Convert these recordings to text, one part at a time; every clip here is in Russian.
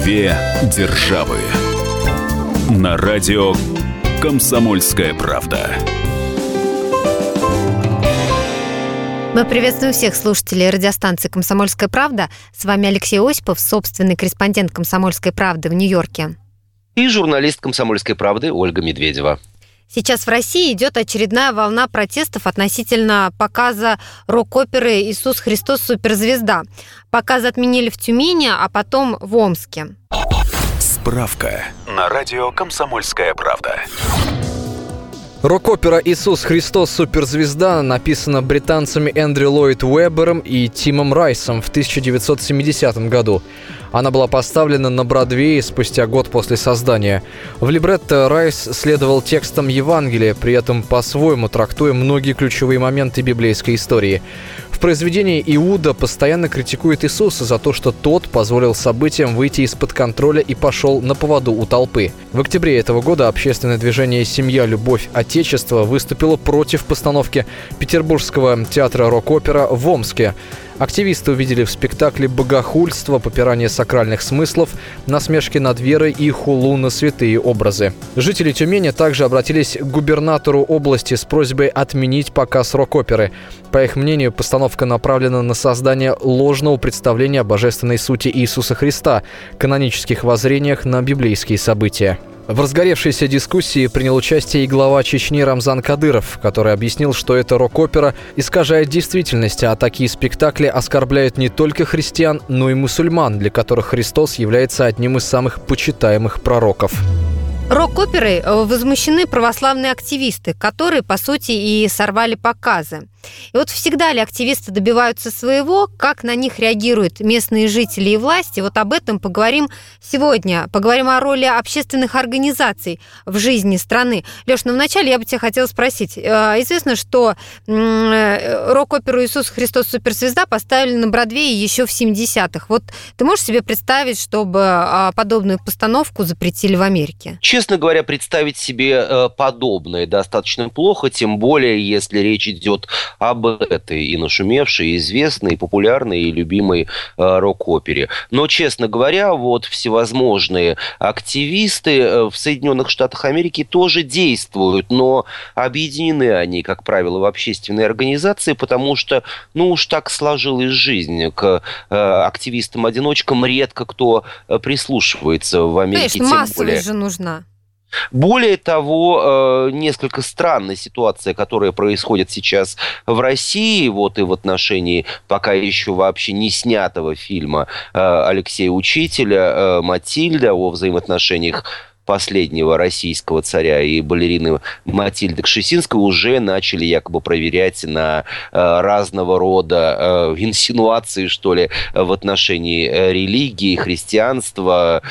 Две державы. На радио «Комсомольская правда». Мы приветствуем всех слушателей радиостанции «Комсомольская правда». С вами Алексей Осипов, собственный корреспондент «Комсомольской правды» в Нью-Йорке. И журналист «Комсомольской правды» Ольга Медведева. Сейчас в России идет очередная волна протестов относительно показа рок-оперы «Иисус Христос. Суперзвезда». Показ отменили в Тюмени, а потом в Омске. Справка на радио «Комсомольская правда». Рок-опера «Иисус Христос. Суперзвезда» написана британцами Эндрю Ллойд Уэббером и Тимом Райсом в 1970 году. Она была поставлена на Бродвее спустя год после создания. В либретто Райс следовал текстам Евангелия, при этом по-своему трактуя многие ключевые моменты библейской истории. В произведении Иуда постоянно критикует Иисуса за то, что тот позволил событиям выйти из-под контроля и пошел на поводу у толпы. В октябре этого года общественное движение «Семья, любовь, отечество» выступило против постановки Петербургского театра рок-опера в Омске. Активисты увидели в спектакле богохульство, попирание сакральных смыслов, насмешки над верой и хулу на святые образы. Жители Тюмени также обратились к губернатору области с просьбой отменить показ рок-оперы. По их мнению, постановка направлена на создание ложного представления о божественной сути Иисуса Христа, канонических воззрениях на библейские события. В разгоревшейся дискуссии принял участие и глава Чечни Рамзан Кадыров, который объяснил, что эта рок-опера искажает действительность, а такие спектакли оскорбляют не только христиан, но и мусульман, для которых Христос является одним из самых почитаемых пророков. Рок-оперой возмущены православные активисты, которые, по сути, и сорвали показы. И вот всегда ли активисты добиваются своего, как на них реагируют местные жители и власти? Вот об этом поговорим сегодня. Поговорим о роли общественных организаций в жизни страны. Лёш, ну вначале я бы тебя хотела спросить. Известно, что рок-оперу «Иисус Христос. Суперзвезда» поставили на Бродвее еще в 70-х. Вот ты можешь себе представить, чтобы подобную постановку запретили в Америке? Честно говоря, представить себе подобное достаточно плохо, тем более, если речь идет об этой и нашумевшей, и известной, и популярной, и любимой рок-опере. Но, честно говоря, вот всевозможные активисты в Соединенных Штатах Америки тоже действуют, но объединены они, как правило, в общественные организации, потому что, ну уж так сложилась жизнь. К активистам-одиночкам редко кто прислушивается в Америке. Конечно, массовость же нужна. Более того, несколько странная ситуация, которая происходит сейчас в России, вот и в отношении пока еще вообще не снятого фильма Алексея Учителя «Матильда» о взаимоотношениях последнего российского царя и балерины Матильды Кшесинской уже начали якобы проверять на разного рода инсинуации, что ли, в отношении религии, христианства,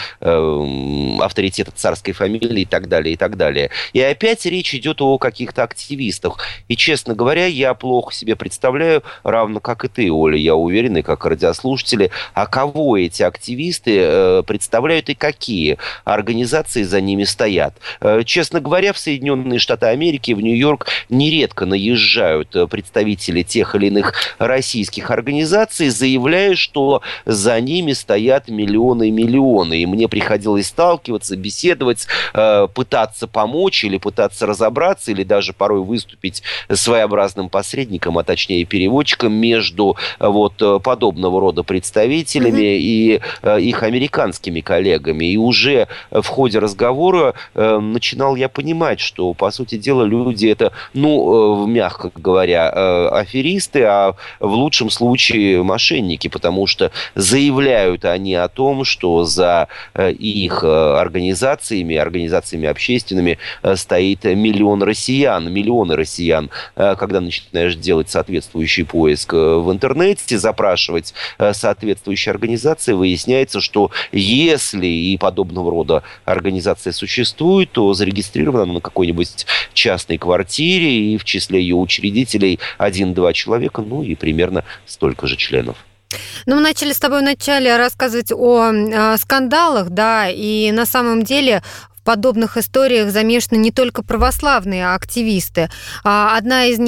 авторитета царской фамилии и так далее, и так далее. И опять речь идет о каких-то активистах. И, честно говоря, я плохо себе представляю, равно как и ты, Оля, я уверен, и как радиослушатели, а кого эти активисты представляют и какие организации за ними стоят. Честно говоря, в Соединенные Штаты Америки, в Нью-Йорк нередко наезжают представители тех или иных российских организаций, заявляя, что за ними стоят миллионы и миллионы. И мне приходилось сталкиваться, беседовать, пытаться помочь или пытаться разобраться, или даже порой выступить своеобразным посредником, а точнее переводчиком между вот подобного рода представителями и их американскими коллегами. И уже в ходе разговора начинал я понимать, что, по сути дела, люди это, ну, мягко говоря, аферисты, а в лучшем случае мошенники, потому что заявляют они о том, что за их организациями общественными стоит миллионы россиян. Когда начинаешь делать соответствующий поиск в интернете, запрашивать соответствующие организации, выясняется, что если и подобного рода организация существует, то зарегистрирована она на какой-нибудь частной квартире, и в числе ее учредителей 1-2 человека, ну и примерно столько же членов. Ну, мы начали с тобой вначале рассказывать о скандалах, да, и на самом деле в подобных историях замешаны не только православные активисты. Один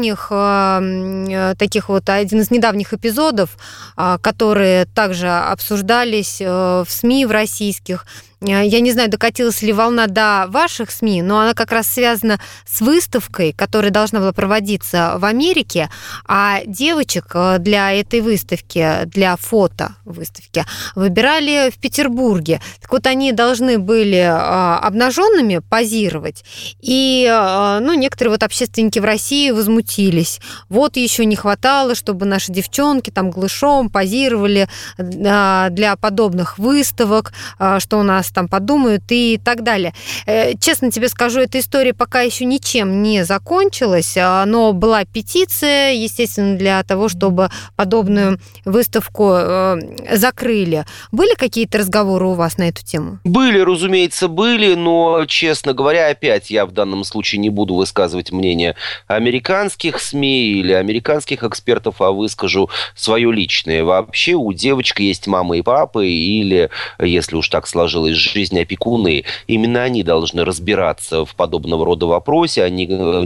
из недавних эпизодов, которые также обсуждались в СМИ в российских, я не знаю, докатилась ли волна до ваших СМИ, но она как раз связана с выставкой, которая должна была проводиться в Америке, а девочек для этой выставки, для фотовыставки, выбирали в Петербурге. Так вот, они должны были обнаженными позировать, и некоторые общественники в России возмутились. Вот еще не хватало, чтобы наши девчонки там голышом позировали для подобных выставок, что у нас там подумают и так далее. Честно тебе скажу, эта история пока еще ничем не закончилась, но была петиция, естественно, для того, чтобы подобную выставку закрыли. Были какие-то разговоры у вас на эту тему? Были, разумеется, были, но, честно говоря, опять я в данном случае не буду высказывать мнение американских СМИ или американских экспертов, а выскажу свое личное. Вообще у девочек есть мама и папа, или, если уж так сложилось, жизнь, опекуны. Именно они должны разбираться в подобного рода вопросе, а не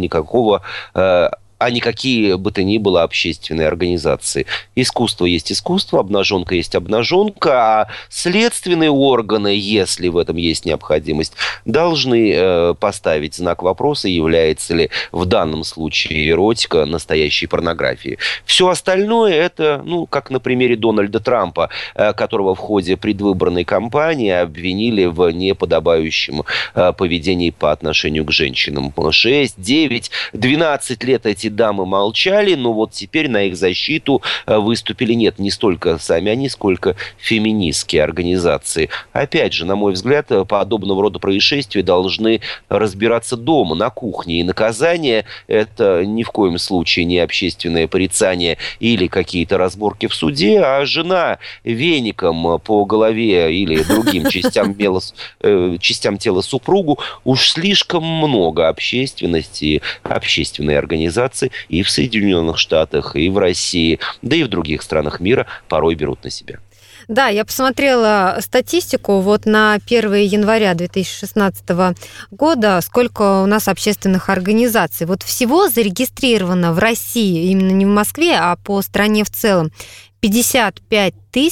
никакие бы то ни было общественные организации. Искусство есть искусство, обнаженка есть обнаженка, а следственные органы, если в этом есть необходимость, должны поставить знак вопроса, является ли в данном случае эротика настоящей порнографией. Все остальное это, как на примере Дональда Трампа, которого в ходе предвыборной кампании обвинили в неподобающем поведении по отношению к женщинам. 6, 9, 12 лет эти дамы молчали, но вот теперь на их защиту выступили не столько сами они, сколько феминистские организации. Опять же, на мой взгляд, подобного рода происшествия должны разбираться дома, на кухне. И наказание – это ни в коем случае не общественное порицание или какие-то разборки в суде, а жена веником по голове или другим частям тела супругу уж слишком много общественности, общественной организации и в Соединенных Штатах, и в России, да и в других странах мира порой берут на себя. Да, я посмотрела статистику на 1 января 2016 года, сколько у нас общественных организаций. Всего зарегистрировано в России, именно не в Москве, а по стране в целом, 55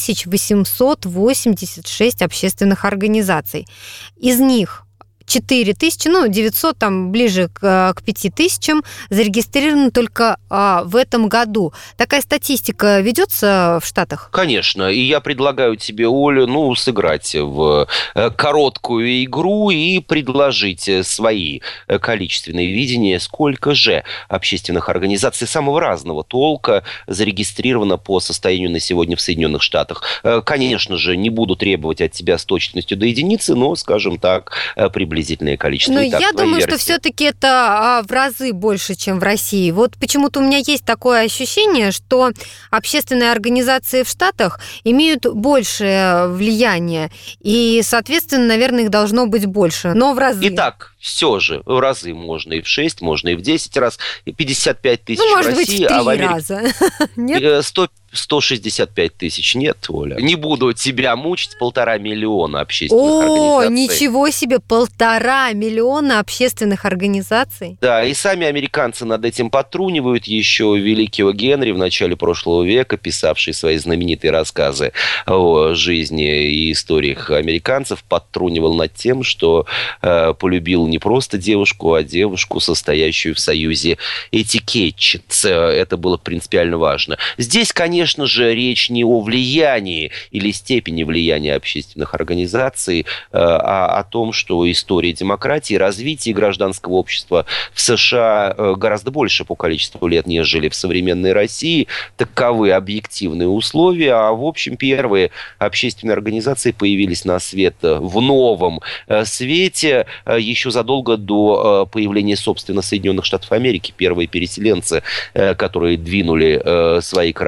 886 общественных организаций. Из них 4900, ближе к 5000 зарегистрированы только в этом году. Такая статистика ведется в Штатах? Конечно. И я предлагаю тебе, Оля, сыграть в короткую игру и предложить свои количественные видения, сколько же общественных организаций самого разного толка зарегистрировано по состоянию на сегодня в Соединенных Штатах. Конечно же, не буду требовать от тебя с точностью до единицы, но, скажем так, приблизительное количество. Но я думаю, что все-таки это в разы больше, чем в России. Почему-то у меня есть такое ощущение, что общественные организации в Штатах имеют большее влияние, и, соответственно, наверное, их должно быть больше, но в разы. Итак, все же в разы можно и в 6, можно и в 10 раз, и 55 тысяч в России, быть, в 3 а в Америке раза. Нет? 165 тысяч. Нет, Оля. Не буду тебя мучить, 1,5 миллиона общественных организаций. О, ничего себе, 1,5 миллиона общественных организаций. Да, и сами американцы над этим подтрунивают. Еще великий Генри в начале прошлого века, писавший свои знаменитые рассказы о жизни и историях американцев, подтрунивал над тем, что полюбил не просто девушку, а девушку, состоящую в союзе этикетчиц. Это было принципиально важно. Здесь, конечно же, речь не о влиянии или степени влияния общественных организаций, а о том, что история демократии, развития гражданского общества в США гораздо больше по количеству лет, нежели в современной России. Таковы объективные условия. А в общем, первые общественные организации появились на свет в новом свете еще задолго до появления, собственно, Соединенных Штатов Америки. Первые переселенцы, которые двинули свои корабли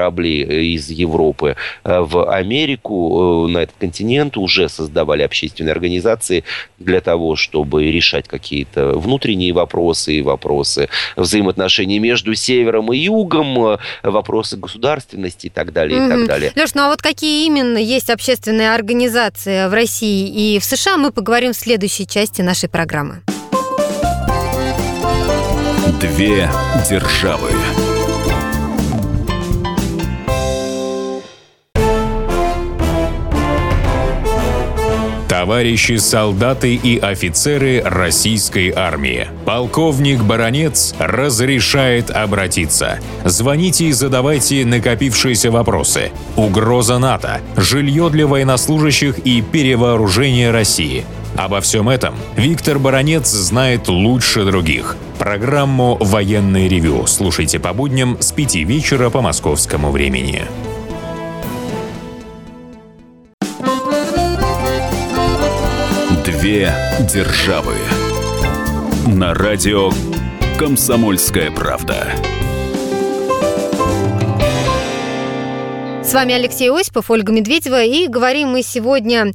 из Европы в Америку, на этот континент, уже создавали общественные организации для того, чтобы решать какие-то внутренние вопросы, взаимоотношений между севером и югом, вопросы государственности и так далее, и так далее. Леш, ну а вот какие именно есть общественные организации в России и в США, мы поговорим в следующей части нашей программы. Две державы. Товарищи солдаты и офицеры российской армии. Полковник Баранец разрешает обратиться. Звоните и задавайте накопившиеся вопросы. Угроза НАТО, жилье для военнослужащих и перевооружение России. Обо всем этом Виктор Баранец знает лучше других. Программу «Военное ревю» слушайте по будням с 5 вечера по московскому времени. Две державы. На радио «Комсомольская правда». С вами Алексей Осипов, Ольга Медведева, и говорим мы сегодня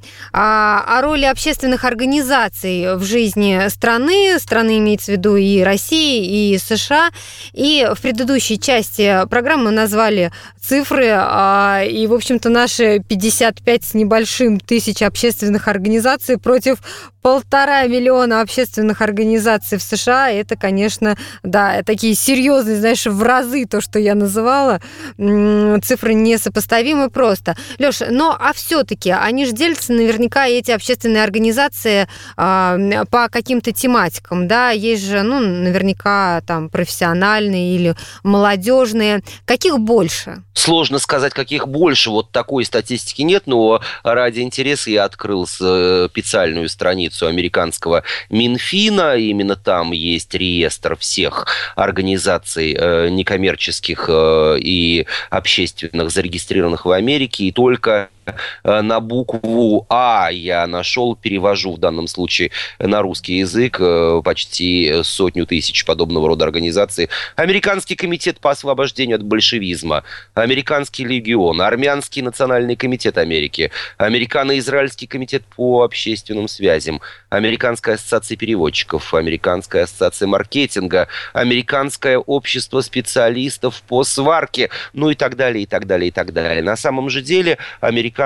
о роли общественных организаций в жизни страны. Страны имеется в виду и России, и США. И в предыдущей части программы мы назвали цифры, и, в общем-то, наши 55 с небольшим тысяч общественных организаций против 1,5 миллиона общественных организаций в США. Это, конечно, да, такие серьезные, знаешь, в разы то, что я называла. Цифры несопоставимы просто. Лёш, но а все-таки они же делятся наверняка, эти общественные организации, по каким-то тематикам, да? Есть же, ну, наверняка там профессиональные или молодежные. Каких больше? Сложно сказать, каких больше. Вот такой статистики нет, но ради интереса я открыл специальную страницу американского Минфина. Именно там есть реестр всех организаций некоммерческих и общественных, зарегистрированных в Америке. И только на букву «А» я нашел, перевожу в данном случае на русский язык, почти 100 тысяч подобного рода организаций. Американский комитет по освобождению от большевизма, Американский легион, Армянский национальный комитет Америки, Американо-израильский комитет по общественным связям, Американская ассоциация переводчиков, Американская ассоциация маркетинга, Американское общество специалистов по сварке, ну и так далее, и так далее, и так далее. На самом же деле американцы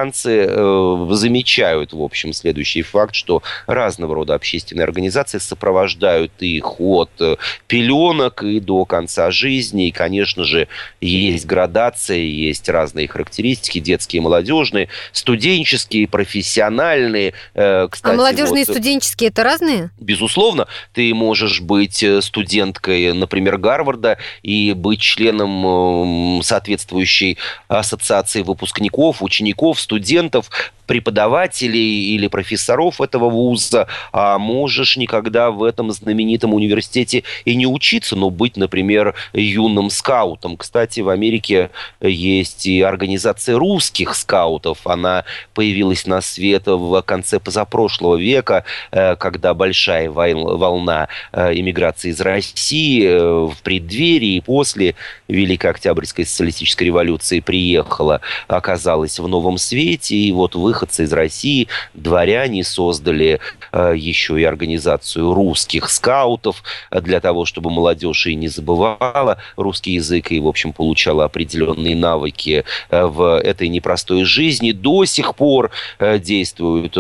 замечают, в общем, следующий факт, что разного рода общественные организации сопровождают их от пеленок и до конца жизни. И, конечно же, есть градация, есть разные характеристики, детские, молодежные, студенческие, профессиональные. Кстати, а молодежные и студенческие – это разные? Безусловно. Ты можешь быть студенткой, например, Гарварда и быть членом соответствующей ассоциации выпускников, учеников, студентов, преподавателей или профессоров этого вуза, а можешь никогда в этом знаменитом университете и не учиться, но быть, например, юным скаутом. Кстати, в Америке есть и организация русских скаутов. Она появилась на свет в конце позапрошлого века, когда большая волна эмиграции из России в преддверии и после Великой Октябрьской социалистической революции приехала, оказалась в новом свете, и вот выходцы из России, дворяне, создали еще и организацию русских скаутов для того, чтобы молодежь и не забывала русский язык и, в общем, получала определенные навыки в этой непростой жизни. До сих пор действует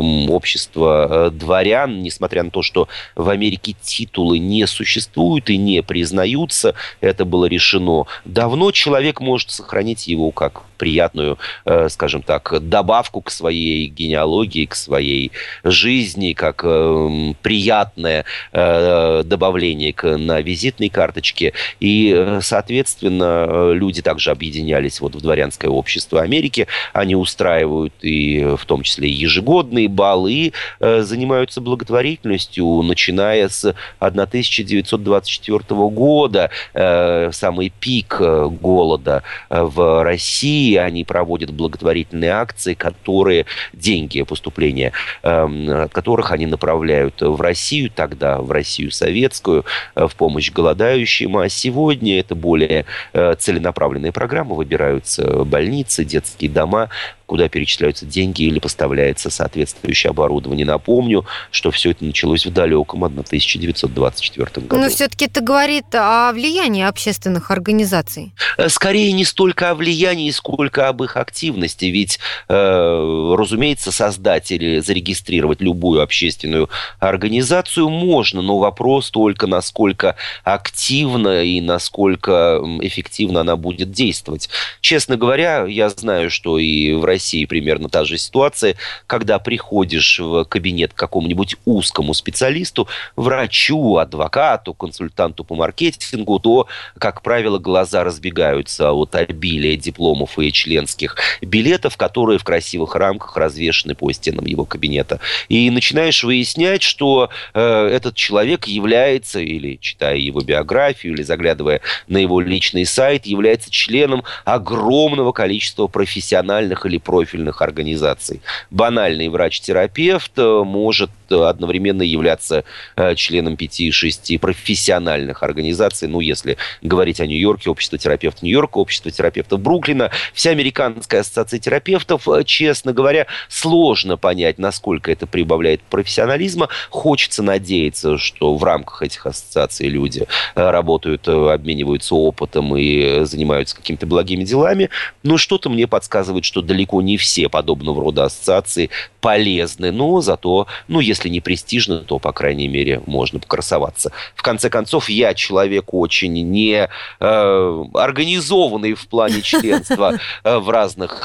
общество дворян, несмотря на то, что в Америке титулы не существуют и не признаются. Это было решено давно. Человек может сохранить его как приятную, скажем так, добавку к своей генеалогии, к своей жизни, как приятное добавление на визитной карточке. И, соответственно, люди также объединялись вот в дворянское общество Америки. Они устраивают и в том числе ежегодные балы, и занимаются благотворительностью, начиная с 1924 года, самый пик голода в России. какие они проводят благотворительные акции, которые деньги поступления, от которых они направляют в Россию тогда, в Россию советскую, в помощь голодающим. А сегодня это более целенаправленные программы, выбираются больницы, детские дома, куда перечисляются деньги или поставляется соответствующее оборудование. Напомню, что все это началось в далеком 1924 году. Но все-таки это говорит о влиянии общественных организаций. Скорее, не столько о влиянии, сколько об их активности. Ведь, разумеется, создать или зарегистрировать любую общественную организацию можно, но вопрос только, насколько активно и насколько эффективно она будет действовать. Честно говоря, я знаю, что и в России примерно та же ситуация, когда приходишь в кабинет к какому-нибудь узкому специалисту, врачу, адвокату, консультанту по маркетингу, то, как правило, глаза разбегаются от обилия дипломов и членских билетов, которые в красивых рамках развешаны по стенам его кабинета. И начинаешь выяснять, что этот человек является, или читая его биографию, или заглядывая на его личный сайт, является членом огромного количества профессиональных или профильных организаций. Банальный врач-терапевт может одновременно являться членом 5-6 профессиональных организаций. Ну, если говорить о Нью-Йорке, общество терапевтов Нью-Йорка, общество терапевтов Бруклина, вся Американская ассоциация терапевтов, честно говоря, сложно понять, насколько это прибавляет профессионализма. Хочется надеяться, что в рамках этих ассоциаций люди работают, обмениваются опытом и занимаются какими-то благими делами. Но что-то мне подсказывает, что далеко не все подобного рода ассоциации полезны. Но зато, если не престижно, то, по крайней мере, можно покрасоваться. В конце концов, я человек очень не организованный в плане членства в разных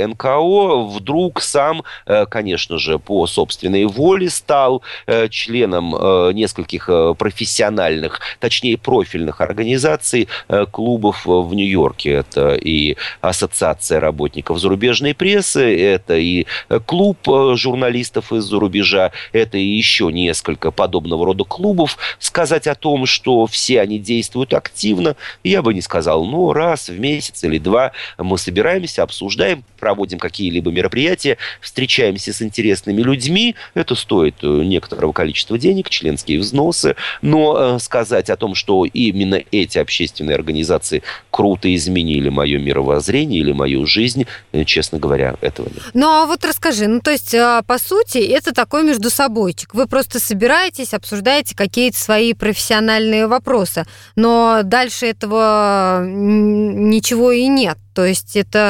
НКО. Вдруг сам, конечно же, по собственной воле стал членом нескольких профессиональных, точнее, профильных организаций, клубов в Нью-Йорке. Это и Ассоциация работников зарубежной прессы, это и клуб журналистов из-за рубежа, это и еще несколько подобного рода клубов. Сказать о том, что все они действуют активно, я бы не сказал. Но раз в месяц или два мы собираемся, обсуждаем, проводим какие-либо мероприятия, встречаемся с интересными людьми. Это стоит некоторого количества денег, членские взносы. Но сказать о том, что именно эти общественные организации круто изменили мое мировоззрение или мою жизнь, честно говоря, этого нет. Ну, а вот расскажи, то есть, по сути, это такой междусобойчик. Вы просто собираетесь, обсуждаете какие-то свои профессиональные вопросы, но дальше этого ничего и нет. То есть это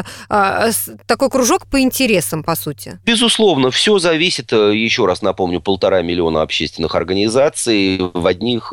такой кружок по интересам, по сути. Безусловно, все зависит, еще раз напомню, 1,5 миллиона общественных организаций. В одних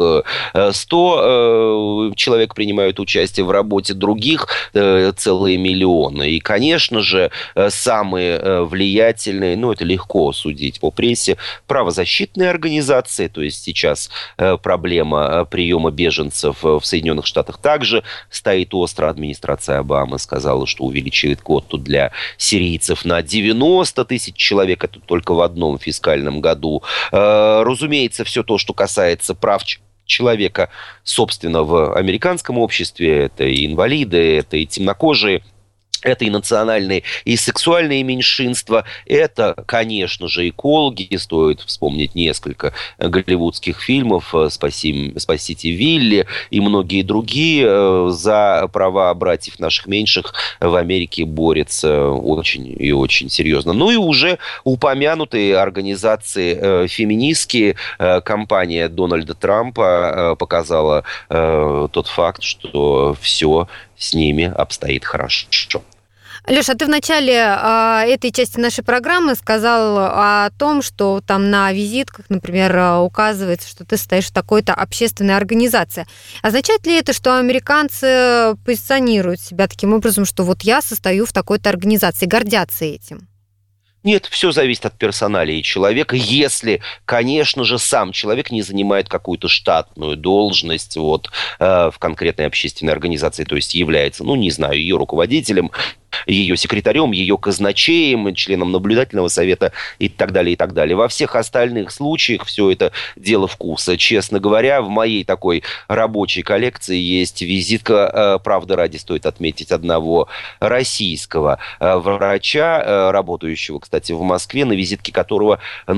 100 человек принимают участие в работе, других целые миллионы. И, конечно же, самые влиятельные, это легко судить по прессе, правозащитные организации. То есть сейчас проблема приема беженцев в Соединенных Штатах также стоит остро. Администрация Обамы сказала, что увеличивает квоту для сирийцев на 90 тысяч человек. Это только в одном фискальном году. Разумеется, все то, что касается прав человека, собственно, в американском обществе, это и инвалиды, это и темнокожие, это и национальные, и сексуальные меньшинства. Это, конечно же, экологи. Стоит вспомнить несколько голливудских фильмов «Спасите Вилли» и многие другие. За права братьев наших меньших в Америке борются очень и очень серьезно. Ну и уже упомянутые организации феминистские. Кампания Дональда Трампа показала тот факт, что все с ними обстоит хорошо. Леша, а ты в начале этой части нашей программы сказал о том, что там на визитках, например, указывается, что ты состоишь в такой-то общественной организации. Означает ли это, что американцы позиционируют себя таким образом, что вот я состою в такой-то организации, гордятся этим? Нет, все зависит от персоналии человека, если, конечно же, сам человек не занимает какую-то штатную должность в конкретной общественной организации, то есть является, ее руководителем, ее секретарем, ее казначеем, членом наблюдательного совета и так далее, и так далее. Во всех остальных случаях все это дело вкуса. Честно говоря, в моей такой рабочей коллекции есть визитка, правда ради стоит отметить, одного российского врача, работающего, кстати, в Москве, на визитке которого,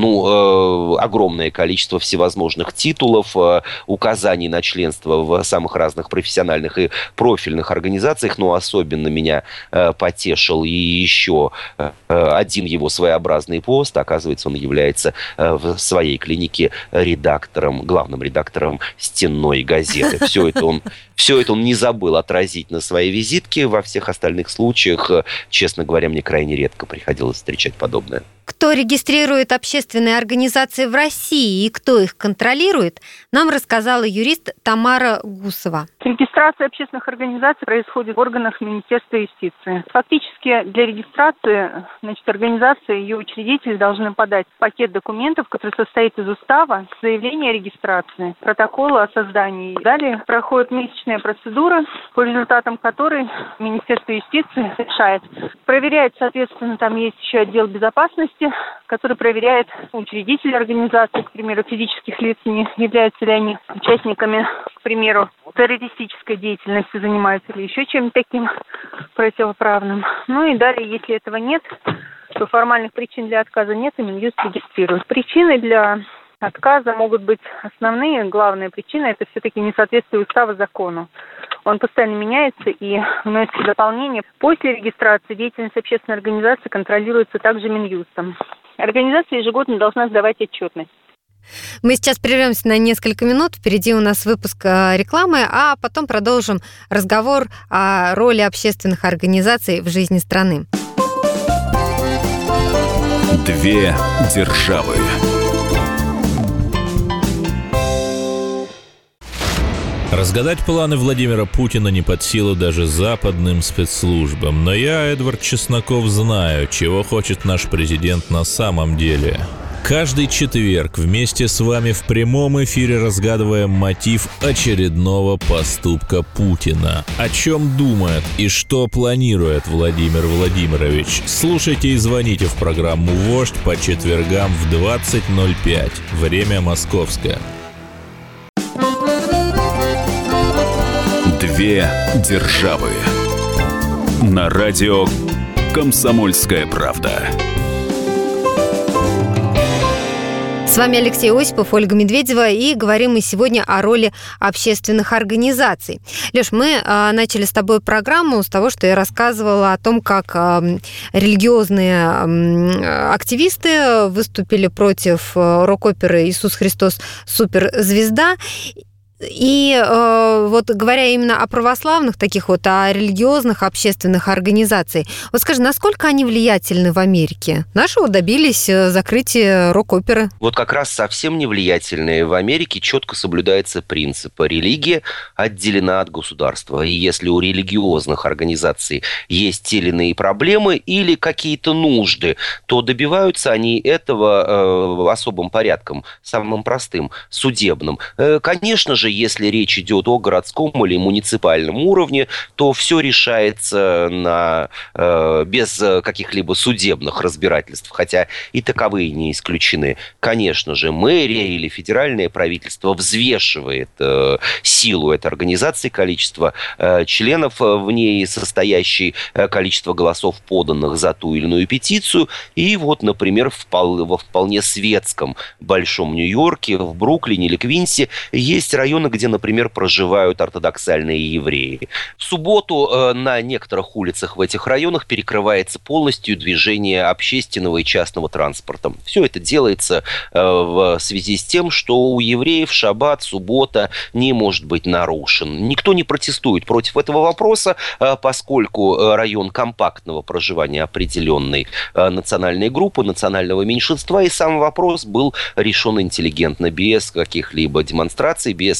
огромное количество всевозможных титулов, указаний на членство в самых разных профессиональных и профильных организациях, но особенно меня потешил и еще один его своеобразный пост. Оказывается, он является в своей клинике главным редактором «Стенной газеты». Все это он не забыл отразить на своей визитке. Во всех остальных случаях, честно говоря, мне крайне редко приходилось встречать подобное. Кто регистрирует общественные организации в России и кто их контролирует, нам рассказала юрист Тамара Гусова. Регистрация общественных организаций происходит в органах Министерства юстиции. Фактически для регистрации организации и ее учредители должны подать пакет документов, который состоит из устава, заявления о регистрации, протокола о создании. Далее проходит месячная процедура, по результатам которой Министерство юстиции решает. Проверяет, соответственно, там есть еще отдел безопасности, который проверяет учредители организации, к примеру, физических лиц, не являются ли они участниками, к примеру, террористической деятельности занимаются или еще чем-то таким противоправным. И далее, если этого нет, то формальных причин для отказа нет, и Минюст регистрирует. Причины для отказа могут быть основные. Главная причина – это все-таки несоответствие устава закону. Он постоянно меняется и вносится дополнение. После регистрации деятельность общественной организации контролируется также Минюстом. Организация ежегодно должна сдавать отчетность. Мы сейчас прервемся на несколько минут. Впереди у нас выпуск рекламы, а потом продолжим разговор о роли общественных организаций в жизни страны. Две державы. Разгадать планы Владимира Путина не под силу даже западным спецслужбам. Но я, Эдвард Чесноков, знаю, чего хочет наш президент на самом деле. Каждый четверг вместе с вами в прямом эфире разгадываем мотив очередного поступка Путина. О чем думает и что планирует Владимир Владимирович? Слушайте и звоните в программу «Вождь» по четвергам в 20:05. Время московское. Две державы. На радио «Комсомольская правда». С вами Алексей Осипов, Ольга Медведева, и говорим мы сегодня о роли общественных организаций. Леш, мы начали с тобой программу с того, что я рассказывала о том, как религиозные активисты выступили против рок-оперы «Иисус Христос. Суперзвезда». И говоря именно о православных таких о религиозных общественных организациях, скажи, насколько они влиятельны в Америке? Наши добились закрытия рок-оперы. Как раз совсем не влиятельные. В Америке четко соблюдается принцип: религия отделена от государства. И если у религиозных организаций есть те или иные проблемы или какие-то нужды, то добиваются они этого особым порядком, самым простым, судебным. Конечно же, если речь идет о городском или муниципальном уровне, то все решается без каких-либо судебных разбирательств, хотя и таковые не исключены. Конечно же, мэрия или федеральное правительство взвешивает силу этой организации, количество членов в ней, состоящее количество голосов, поданных за ту или иную петицию. И например, во вполне светском большом Нью-Йорке, в Бруклине или Квинсе есть районы, где, например, проживают ортодоксальные евреи. В субботу на некоторых улицах в этих районах перекрывается полностью движение общественного и частного транспорта. Все это делается в связи с тем, что у евреев шаббат, суббота не может быть нарушен. Никто не протестует против этого вопроса, поскольку район компактного проживания определенной национальной группы, национального меньшинства, и сам вопрос был решен интеллигентно, без каких-либо демонстраций, без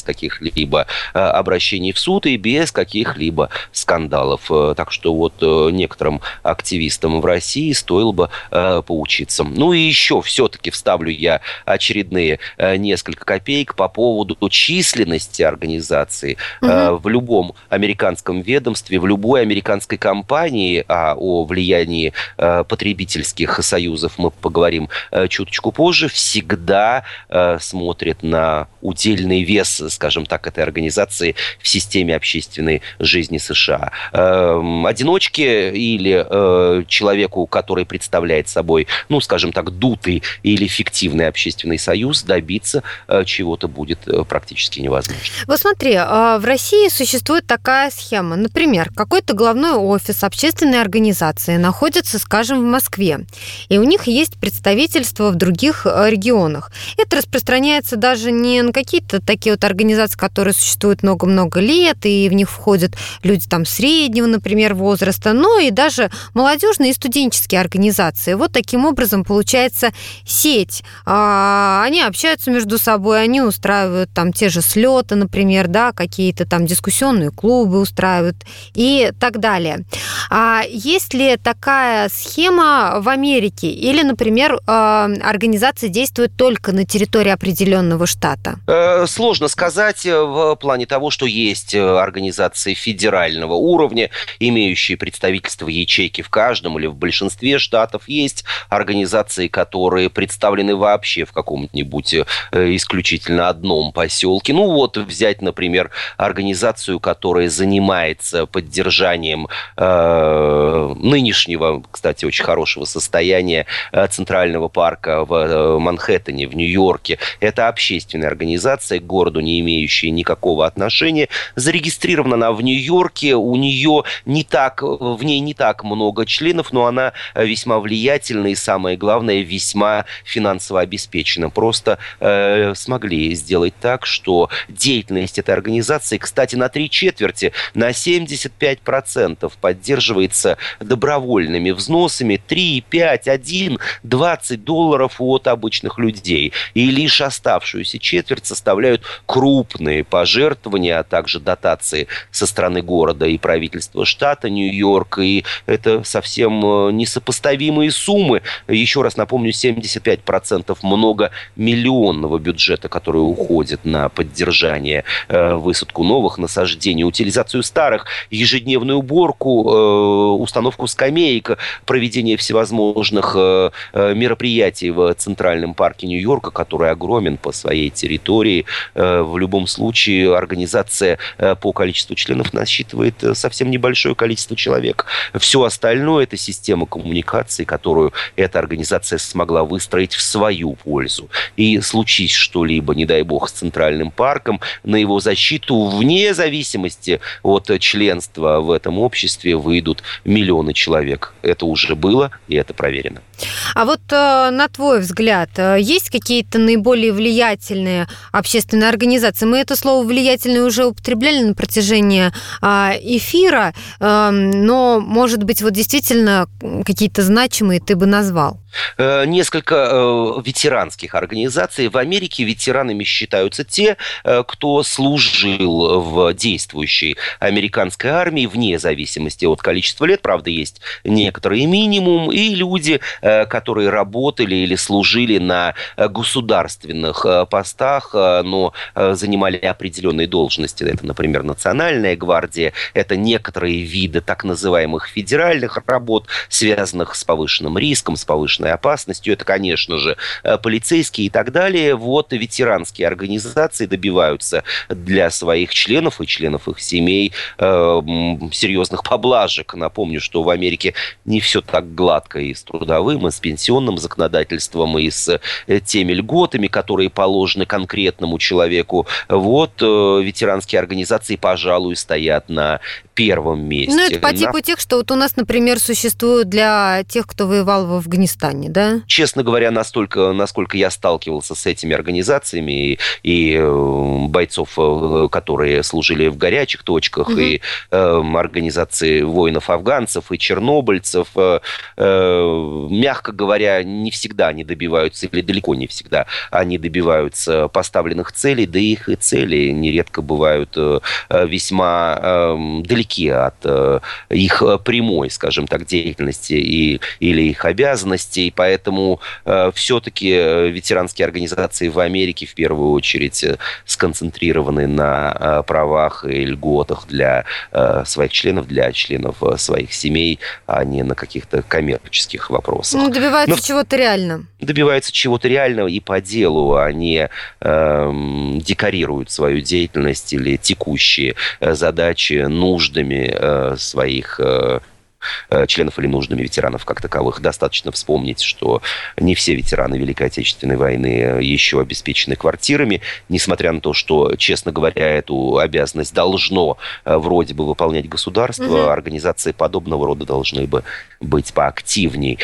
каких-либо обращений в суд и без каких-либо скандалов. Так что вот некоторым активистам в России стоило бы поучиться. Ну и еще все-таки вставлю я очередные несколько копеек по поводу численности организации. В любом американском ведомстве, в любой американской компании, а о влиянии потребительских союзов мы поговорим чуточку позже, всегда смотрят на удельный вес, скажем так, этой организации в системе общественной жизни США. Одиночке или человеку, который представляет собой, ну, скажем так, дутый или фиктивный общественный союз, добиться чего-то будет практически невозможно. Вот смотри, в России существует такая схема. Например, какой-то главной офис общественной организации находится, скажем, в Москве, и у них есть представительство в других регионах. Это распространяется даже не на какие-то такие вот организации, которые существуют много-много лет, и в них входят люди там среднего, например, возраста, но и даже молодежные и студенческие организации. Вот таким образом получается сеть. Они общаются между собой, они устраивают там те же слеты, например, да, какие-то там дискуссионные клубы устраивают и так далее. Есть ли такая схема в Америке? Или, например, организация действует только на территории определенного штата? Сложно сказать в плане того, что есть организации федерального уровня, имеющие представительство ячейки в каждом или в большинстве штатов. Есть организации, которые представлены вообще в каком-нибудь исключительно одном поселке. Ну вот взять, например, организацию, которая занимается поддержанием нынешнего, кстати, очень хорошего состояния Центрального парка в Манхэттене, в Нью-Йорке. Это общественная организация, к городу не имеющая никакого отношения. Зарегистрирована она в Нью-Йорке, в ней не так много членов, но она весьма влиятельна и, самое главное, весьма финансово обеспечена. Просто смогли сделать так, что деятельность этой организации, кстати, на 3/4, на 75% поддерживается добровольными взносами 3, 5, 1, 20 долларов от обычных людей. И лишь оставшуюся четверть составляют крупные пожертвования, а также дотации со стороны города и правительства штата Нью-Йорк. И это совсем несопоставимые суммы. Еще раз напомню, 75% многомиллионного бюджета, который уходит на поддержание, высадку новых насаждений, утилизацию старых, ежедневную уборку, установку скамеек, проведение всевозможных мероприятий в Центральном парке Нью-Йорка, который огромен по своей территории. В любом случае, организация по количеству членов насчитывает совсем небольшое количество человек. Все остальное – это система коммуникации, которую эта организация смогла выстроить в свою пользу. И случись что-либо, не дай бог, с Центральным парком, на его защиту, вне зависимости от членства в этом обществе, выйдут миллионы человек. Это уже было, и это проверено. А вот на твой взгляд, есть какие-то наиболее влиятельные общественные организации? Мы это слово «влиятельные» уже употребляли на протяжении эфира, но, может быть, вот действительно какие-то значимые ты бы назвал? Несколько ветеранских организаций. В Америке ветеранами считаются те, кто служил в действующей американской армии вне зависимости от количества лет. Правда, есть некоторый минимум. И люди, которые работали или служили на государственных постах, но занимали определенные должности. Это, например, Национальная гвардия. Это некоторые виды так называемых федеральных работ, связанных с повышенным риском, с повышенной опасностью. Это, конечно же, полицейские и так далее. Вот ветеранские организации добиваются для своих членов и членов их семей серьезных поблажек. Напомню, что в Америке не все так гладко и с трудовым, и с пенсионным законодательством, и с теми льготами, которые положены конкретному человеку. Вот ветеранские организации, пожалуй, стоят на первом месте. Ну, это по типу тех, что вот у нас, например, существуют для тех, кто воевал в Афганистане, да? Честно говоря, насколько я сталкивался с этими организациями и бойцов, которые служили в горячих точках, и организации воинов-афганцев, и чернобыльцев, мягко говоря, не всегда они добиваются, или далеко не всегда они добиваются поставленных целей, да их и цели нередко бывают весьма далеки от их прямой, скажем так, деятельности или их обязанностей. Поэтому все-таки ветеранские организации в Америке в первую очередь сконцентрированы на правах и льготах для своих членов, для членов своих семей, а не на каких-то коммерческих вопросах. Ну, добиваются чего-то реального. Добиваются чего-то реального и по делу, а не декорируют свою деятельность или текущие задачи нуждами своих членов или нужными ветеранов как таковых. Достаточно вспомнить, что не все ветераны Великой Отечественной войны еще обеспечены квартирами, несмотря на то, что, честно говоря, эту обязанность должно вроде бы выполнять государство, организации подобного рода должны бы быть поактивней.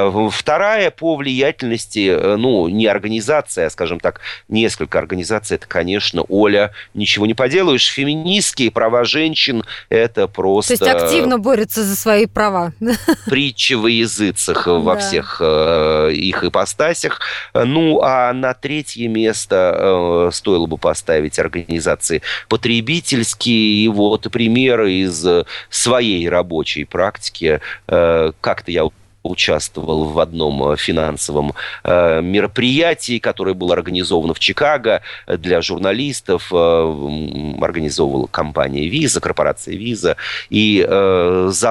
Вторая по влиятельности, не организация, а, скажем так, несколько организаций, это, конечно, Оля, ничего не поделаешь, феминистские права женщин, это просто... То есть активно борются за свои права. Притча во языцах во всех их ипостасях. Ну, а на третье место стоило бы поставить организации потребительские. И вот примеры из своей рабочей практики. Как-то я участвовал в одном финансовом мероприятии, которое было организовано в Чикаго для журналистов. Организовывала компания Visa, корпорация Visa. И за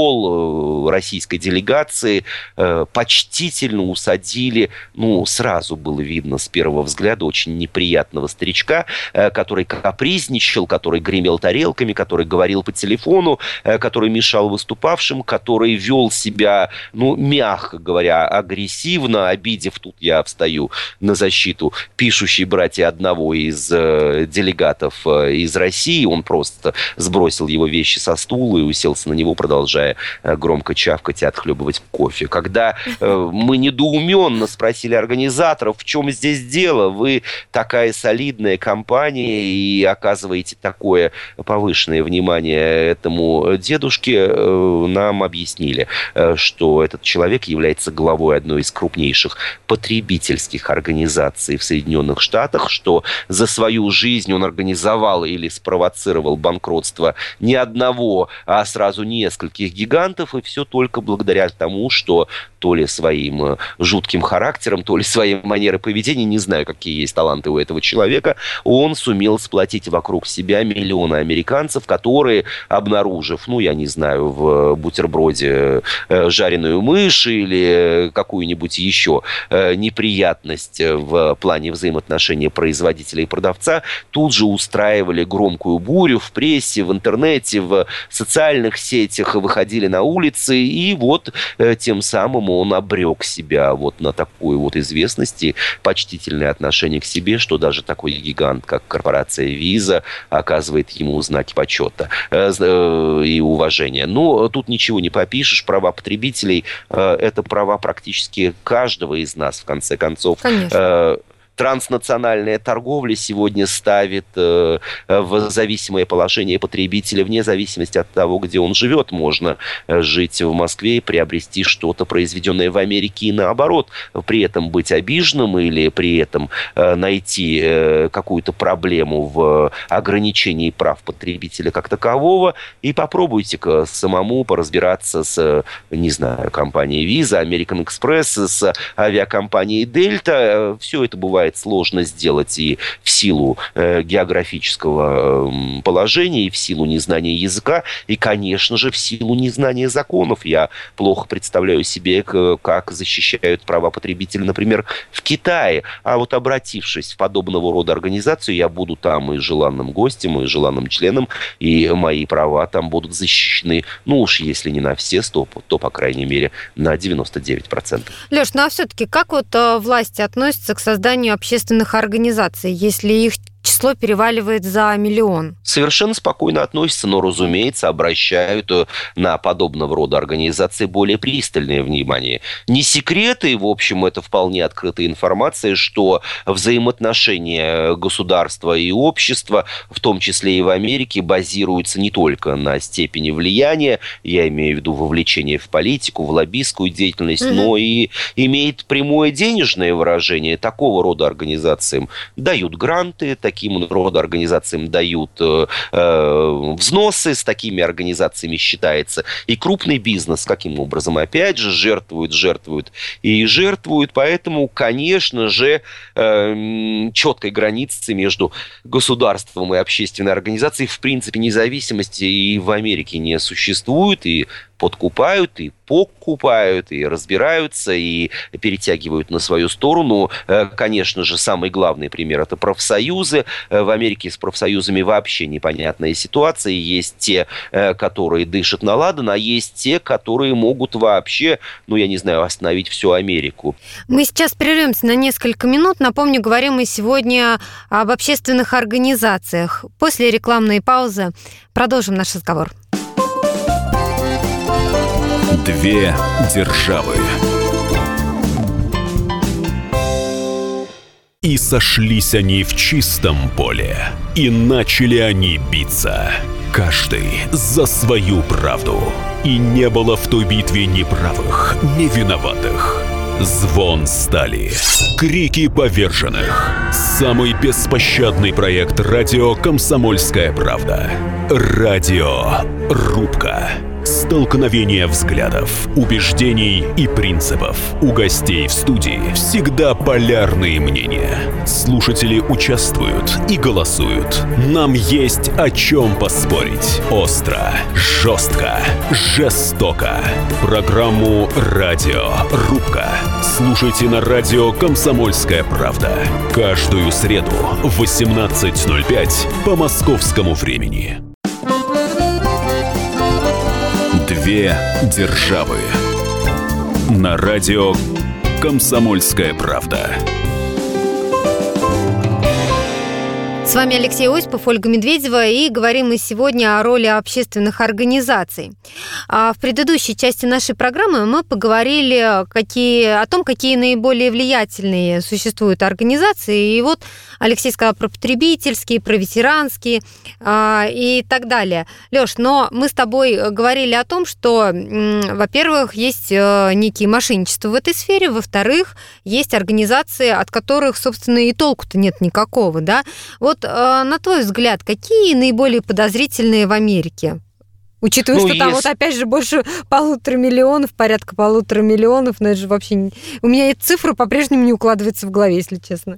стол российской делегации почтительно усадили, сразу было видно с первого взгляда, очень неприятного старичка, который капризничал, который гремел тарелками, который говорил по телефону, который мешал выступавшим, который вел себя, мягко говоря, агрессивно, обидев, тут я встаю на защиту пишущей братья одного из делегатов из России. Он просто сбросил его вещи со стула и уселся на него, продолжая громко чавкать и отхлебывать кофе. Когда мы недоуменно спросили организаторов, в чем здесь дело, вы такая солидная компания и оказываете такое повышенное внимание этому дедушке, нам объяснили, что этот человек является главой одной из крупнейших потребительских организаций в Соединенных Штатах, что за свою жизнь он организовал или спровоцировал банкротство не одного, а сразу нескольких гигантов, и все только благодаря тому, что то ли своим жутким характером, то ли своей манерой поведения, не знаю, какие есть таланты у этого человека, он сумел сплотить вокруг себя миллионы американцев, которые, обнаружив, я не знаю, в бутерброде жареную мышь или какую-нибудь еще неприятность в плане взаимоотношений производителя и продавца, тут же устраивали громкую бурю в прессе, в интернете, в социальных сетях, выходили на улицы, и вот тем самым он обрек себя вот на такую вот известность и почтительное отношение к себе, что даже такой гигант, как корпорация Visa, оказывает ему знаки почета и уважения. Но тут ничего не попишешь. Права потребителей – это права практически каждого из нас, в конце концов. Конечно. Транснациональная торговля сегодня ставит в зависимое положение потребителя вне зависимости от того, где он живет. Можно жить в Москве и приобрести что-то, произведенное в Америке, и наоборот. При этом быть обиженным или при этом найти какую-то проблему в ограничении прав потребителя как такового. И попробуйте-ка самому поразбираться с, не знаю, компанией Visa, American Express, с авиакомпанией Delta. Все это бывает сложно сделать и в силу географического положения, и в силу незнания языка, и, конечно же, в силу незнания законов. Я плохо представляю себе, как защищают права потребителей, например, в Китае. А вот обратившись в подобного рода организацию, я буду там и желанным гостем, и желанным членом, и мои права там будут защищены, уж если не на все 100%, то, по крайней мере, на 99%. Леш, а все-таки как вот власти относятся к созданию общественных организаций, если их число переваливает за миллион. Совершенно спокойно относятся, но, разумеется, обращают на подобного рода организации более пристальное внимание. Не секрет, и, в общем, это вполне открытая информация, что взаимоотношения государства и общества, в том числе и в Америке, базируются не только на степени влияния, я имею в виду вовлечение в политику, в лоббистскую деятельность, но и имеет прямое денежное выражение. Такого рода организациям дают гранты, таким рода организациям дают взносы, с такими организациями считается и крупный бизнес. Каким образом? Опять же, жертвуют, поэтому, конечно же, четкой границы между государством и общественной организацией в принципе независимости и в Америке не существует, и подкупают, и покупают, и разбираются, и перетягивают на свою сторону. Конечно же, самый главный пример – это профсоюзы. В Америке с профсоюзами вообще непонятная ситуация. Есть те, которые дышат на ладан, а есть те, которые могут вообще, остановить всю Америку. Мы сейчас прервемся на несколько минут. Напомню, говорим мы сегодня об общественных организациях. После рекламной паузы продолжим наш разговор. Две державы. И сошлись они в чистом поле, и начали они биться, каждый за свою правду. И не было в той битве ни правых, ни виноватых. Звон стали, крики поверженных. Самый беспощадный проект радио «Комсомольская правда». Радиорубка. Столкновение взглядов, убеждений и принципов. У гостей в студии всегда полярные мнения. Слушатели участвуют и голосуют. Нам есть о чем поспорить. Остро, жестко, жестоко. Программу «Радиорубка» слушайте на радио «Комсомольская правда». Каждую среду в 18:05 по московскому времени. Две державы. На радио «Комсомольская правда». С вами Алексей Осипов, Ольга Медведева, и говорим мы сегодня о роли общественных организаций. В предыдущей части нашей программы мы поговорили о том, какие наиболее влиятельные существуют организации. И вот Алексей сказал про потребительские, про ветеранские и так далее. Лёш, но мы с тобой говорили о том, что, во-первых, есть некие мошенничества в этой сфере, во-вторых, есть организации, от которых, собственно, и толку-то нет никакого, да? Вот на твой взгляд, какие наиболее подозрительные в Америке? Учитывая, что там вот опять же больше 1,5 миллиона, порядка 1,5 миллиона, но это же вообще... У меня эта цифра по-прежнему не укладывается в голове, если честно.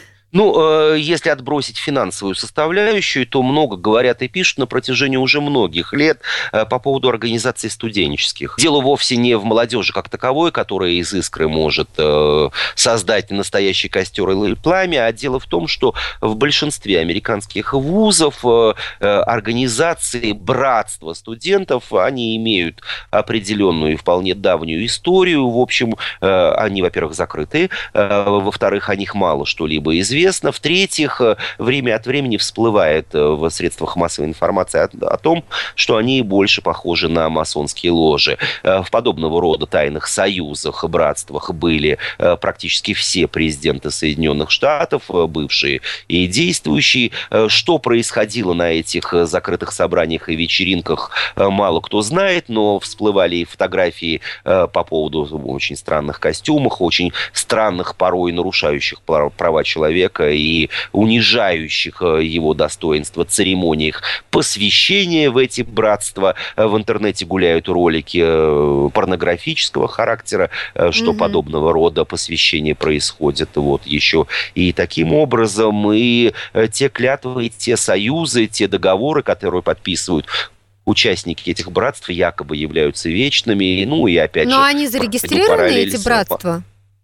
Если отбросить финансовую составляющую, то много говорят и пишут на протяжении уже многих лет по поводу организаций студенческих. Дело вовсе не в молодежи как таковой, которая из искры может создать настоящий костер или пламя, а дело в том, что в большинстве американских вузов организации братства студентов, они имеют определенную и вполне давнюю историю. В общем, они, во-первых, закрыты, во-вторых, о них мало что-либо известно. В-третьих, время от времени всплывает в средствах массовой информации о том, что они больше похожи на масонские ложи. В подобного рода тайных союзах, братствах были практически все президенты Соединенных Штатов, бывшие и действующие. Что происходило на этих закрытых собраниях и вечеринках, мало кто знает, но всплывали и фотографии по поводу очень странных костюмов, очень странных, порой нарушающих права человека и унижающих его достоинство церемониях посвящения в эти братства. В интернете гуляют ролики порнографического характера, что подобного рода посвящения происходит вот еще и таким образом. И те клятвы, те союзы, те договоры, которые подписывают участники этих братств, якобы являются вечными. И опять же... Но они зарегистрированы, эти братства?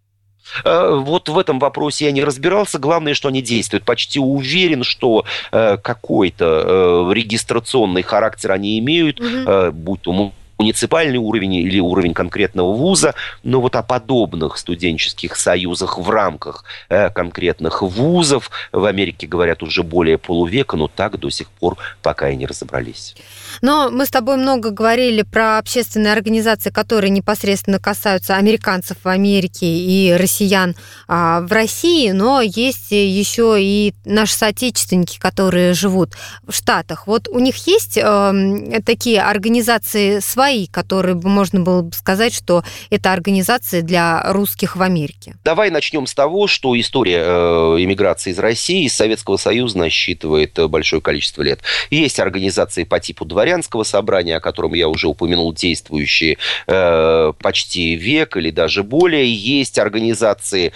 Вот в этом вопросе я не разбирался. Главное, что они действуют. Почти уверен, что какой-то регистрационный характер они имеют, будь то муниципальный уровень или уровень конкретного вуза, но вот о подобных студенческих союзах в рамках конкретных вузов в Америке говорят уже более полувека, но так до сих пор пока и не разобрались. Но мы с тобой много говорили про общественные организации, которые непосредственно касаются американцев в Америке и россиян в России, но есть еще и наши соотечественники, которые живут в Штатах. Вот у них есть такие организации свои, которые можно было бы сказать, что это организации для русских в Америке? Давай начнем с того, что история эмиграции из России, из Советского Союза насчитывает большое количество лет. Есть организации по типу дворянского собрания, о котором я уже упомянул, действующие почти век или даже более. Есть организации,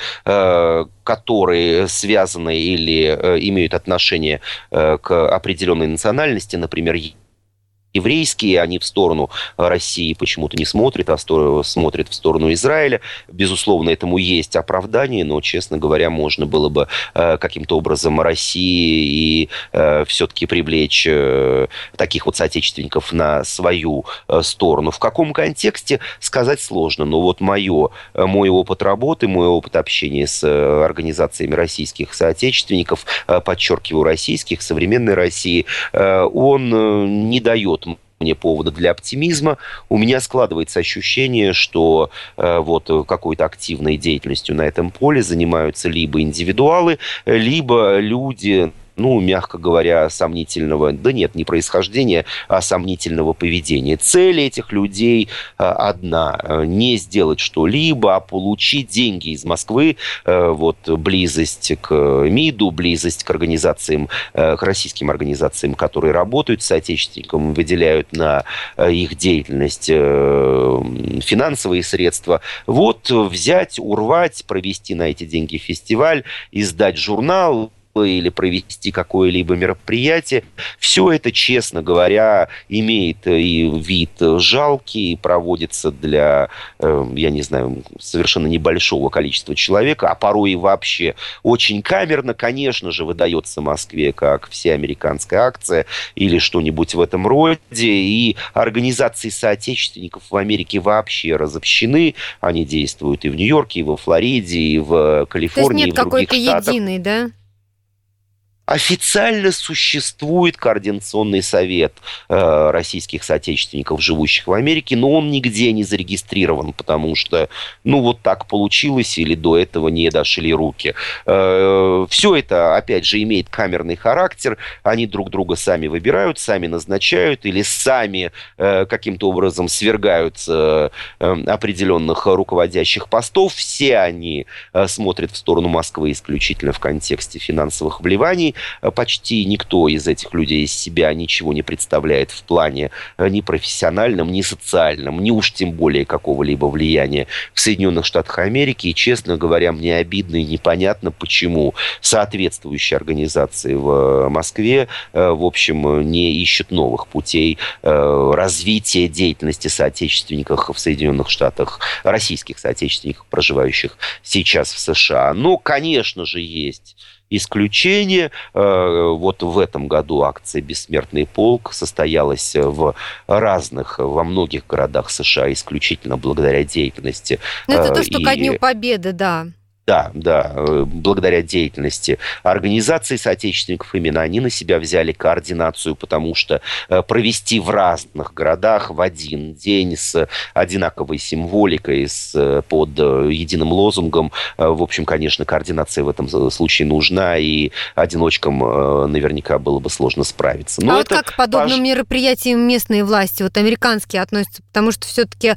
которые связаны или имеют отношение к определенной национальности, например, еврейские, они в сторону России почему-то не смотрят, а смотрят в сторону Израиля. Безусловно, этому есть оправдание, но, честно говоря, можно было бы каким-то образом России и все-таки привлечь таких вот соотечественников на свою сторону. В каком контексте, сказать сложно, но вот мой опыт работы, мой опыт общения с организациями российских соотечественников, подчеркиваю, российских, современной России, он не дает мне повода для оптимизма. У меня складывается ощущение, что вот какой-то активной деятельностью на этом поле занимаются либо индивидуалы, либо люди, мягко говоря, сомнительного, да нет, не происхождения, а сомнительного поведения. Цель этих людей одна: не сделать что-либо, а получить деньги из Москвы, вот близость к МИДу, близость к организациям, к российским организациям, которые работают с соотечественниками, выделяют на их деятельность финансовые средства. Вот взять, урвать, провести на эти деньги фестиваль, издать журнал или провести какое-либо мероприятие. Все это, честно говоря, имеет и вид жалкий, и проводится для, я не знаю, совершенно небольшого количества человек, а порой и вообще очень камерно. Конечно же, выдается Москве как всеамериканская акция или что-нибудь в этом роде. И организации соотечественников в Америке вообще разобщены. Они действуют и в Нью-Йорке, и во Флориде, и в Калифорнии, и в других штатах. То есть нет какой-то единой, да? Официально существует координационный совет российских соотечественников, живущих в Америке, но он нигде не зарегистрирован, потому что, вот так получилось, или до этого не дошли руки. Все это, опять же, имеет камерный характер. Они друг друга сами выбирают, сами назначают или сами каким-то образом свергаются определенных руководящих постов. Все они смотрят в сторону Москвы исключительно в контексте финансовых вливаний. Почти никто из этих людей из себя ничего не представляет в плане ни профессиональном, ни социальном, ни уж тем более какого-либо влияния в Соединенных Штатах Америки. И, честно говоря, мне обидно и непонятно, почему соответствующие организации в Москве, в общем, не ищут новых путей развития деятельности соотечественников в Соединенных Штатах, российских соотечественников, проживающих сейчас в США. Но, конечно же, есть исключение. Вот в этом году акция «Бессмертный полк» состоялась во многих городах США исключительно благодаря деятельности. Это то, что ко Дню Победы, да. Да, благодаря деятельности организаций соотечественников именно они на себя взяли координацию, потому что провести в разных городах в один день с одинаковой символикой, под единым лозунгом, в общем, конечно, координация в этом случае нужна, и одиночкам наверняка было бы сложно справиться. Но вот как к подобным мероприятиям местные власти, вот американские относятся, потому что все-таки,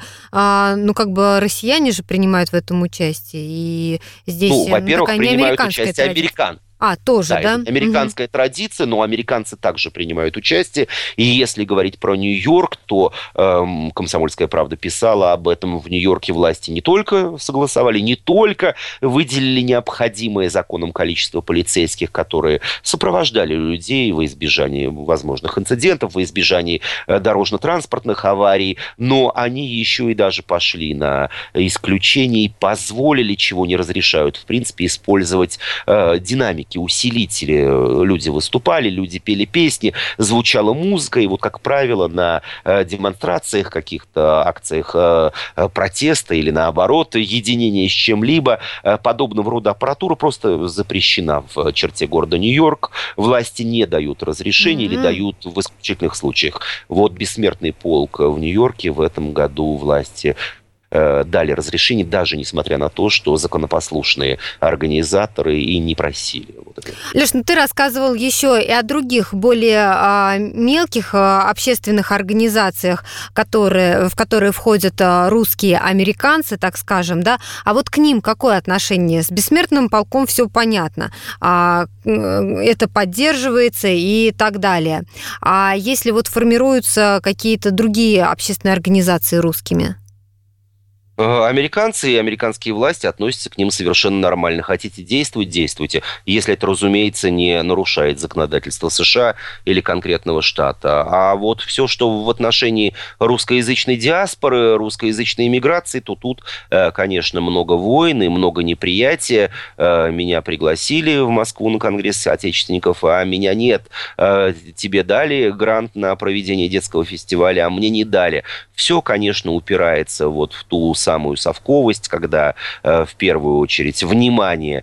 россияне же принимают в этом участие, и здесь, во-первых, принимают участие американцы. Тоже, да? Это американская традиция, но американцы также принимают участие. И если говорить про Нью-Йорк, то «Комсомольская правда» писала об этом. В Нью-Йорке власти не только согласовали, не только выделили необходимое законом количество полицейских, которые сопровождали людей во избежание возможных инцидентов, во избежание дорожно-транспортных аварий, но они еще и даже пошли на исключение и позволили, чего не разрешают, в принципе, использовать динамики некие усилители. Люди выступали, люди пели песни, звучала музыка. И вот, как правило, на демонстрациях, каких-то акциях протеста или, наоборот, единения с чем-либо, подобного рода аппаратура просто запрещена в черте города Нью-Йорк. Власти не дают разрешения или дают в исключительных случаях. Вот «Бессмертный полк» в Нью-Йорке в этом году власти дали разрешение, даже несмотря на то, что законопослушные организаторы и не просили. Леш, ты рассказывал еще и о других, более мелких общественных организациях, в которые входят русские американцы, так скажем, да? А вот к ним какое отношение? С «Бессмертным полком» все понятно. Это поддерживается и так далее. А если вот формируются какие-то другие общественные организации русскими? Американцы и американские власти относятся к ним совершенно нормально. Хотите действовать – действуйте. Если это, разумеется, не нарушает законодательство США или конкретного штата. А вот все, что в отношении русскоязычной диаспоры, русскоязычной иммиграции, то тут, конечно, много войн и много неприятия. Меня пригласили в Москву на Конгресс отечественников, а меня нет. Тебе дали грант на проведение детского фестиваля, а мне не дали. Все, конечно, упирается вот в ту самую совковость, когда в первую очередь внимание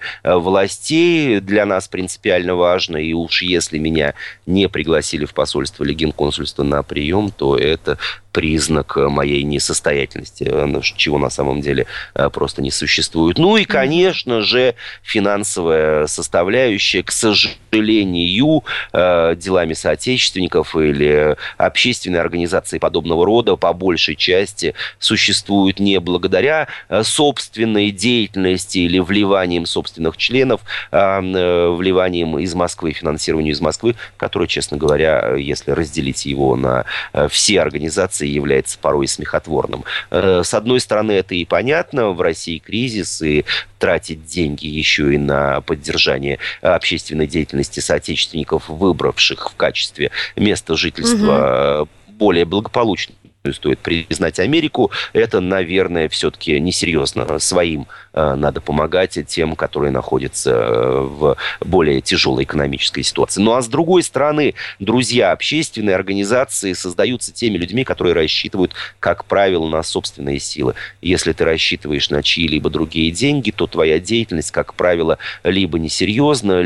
властей для нас принципиально важно, и уж если меня не пригласили в посольство или генконсульство на прием, то это признак моей несостоятельности, чего на самом деле просто не существует. Ну и, конечно же, финансовая составляющая, к сожалению, делами соотечественников или общественной организации подобного рода по большей части существует не благодаря собственной деятельности или вливанием собственных членов, а вливанием из Москвы, финансированию из Москвы, которое, честно говоря, если разделить его на все организации, является порой смехотворным. С одной стороны, это и понятно, в России кризис, и тратить деньги еще и на поддержание общественной деятельности соотечественников, выбравших в качестве места жительства более благополучным, стоит признать Америку, это, наверное, все-таки несерьезно. Своим надо помогать тем, которые находятся в более тяжелой экономической ситуации. Ну а с другой стороны, друзья, общественные организации создаются теми людьми, которые рассчитывают, как правило, на собственные силы. Если ты рассчитываешь на чьи-либо другие деньги, то твоя деятельность, как правило, либо несерьезна,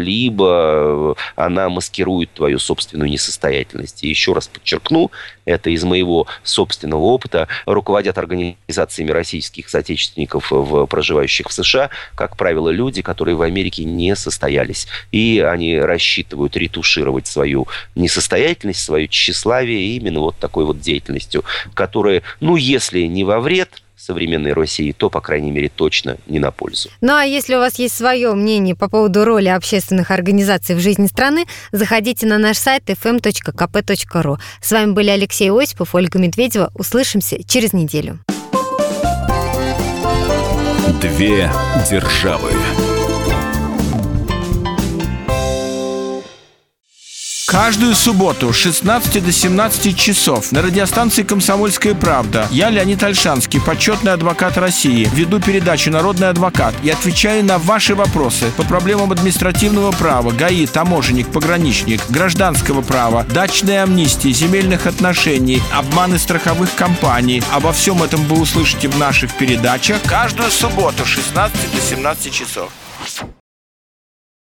либо она маскирует твою собственную несостоятельность. И еще раз подчеркну, это из моего собственного опыта, руководят организациями российских соотечественников, проживающих в США, как правило, люди, которые в Америке не состоялись. И они рассчитывают ретушировать свою несостоятельность, свое тщеславие именно вот такой вот деятельностью, которая, ну, если не во вред современной России, то, по крайней мере, точно не на пользу. Ну, а если у вас есть свое мнение по поводу роли общественных организаций в жизни страны, заходите на наш сайт fm.kp.ru. С вами были Алексей Осипов, Ольга Медведева. Услышимся через неделю. Две державы. Каждую субботу с 16 до 17 часов на радиостанции «Комсомольская правда» я, Леонид Ольшанский, почетный адвокат России, веду передачу «Народный адвокат» и отвечаю на ваши вопросы по проблемам административного права, ГАИ, таможенник, пограничник, гражданского права, дачной амнистии, земельных отношений, обманы страховых компаний. Обо всем этом вы услышите в наших передачах каждую субботу с 16 до 17 часов.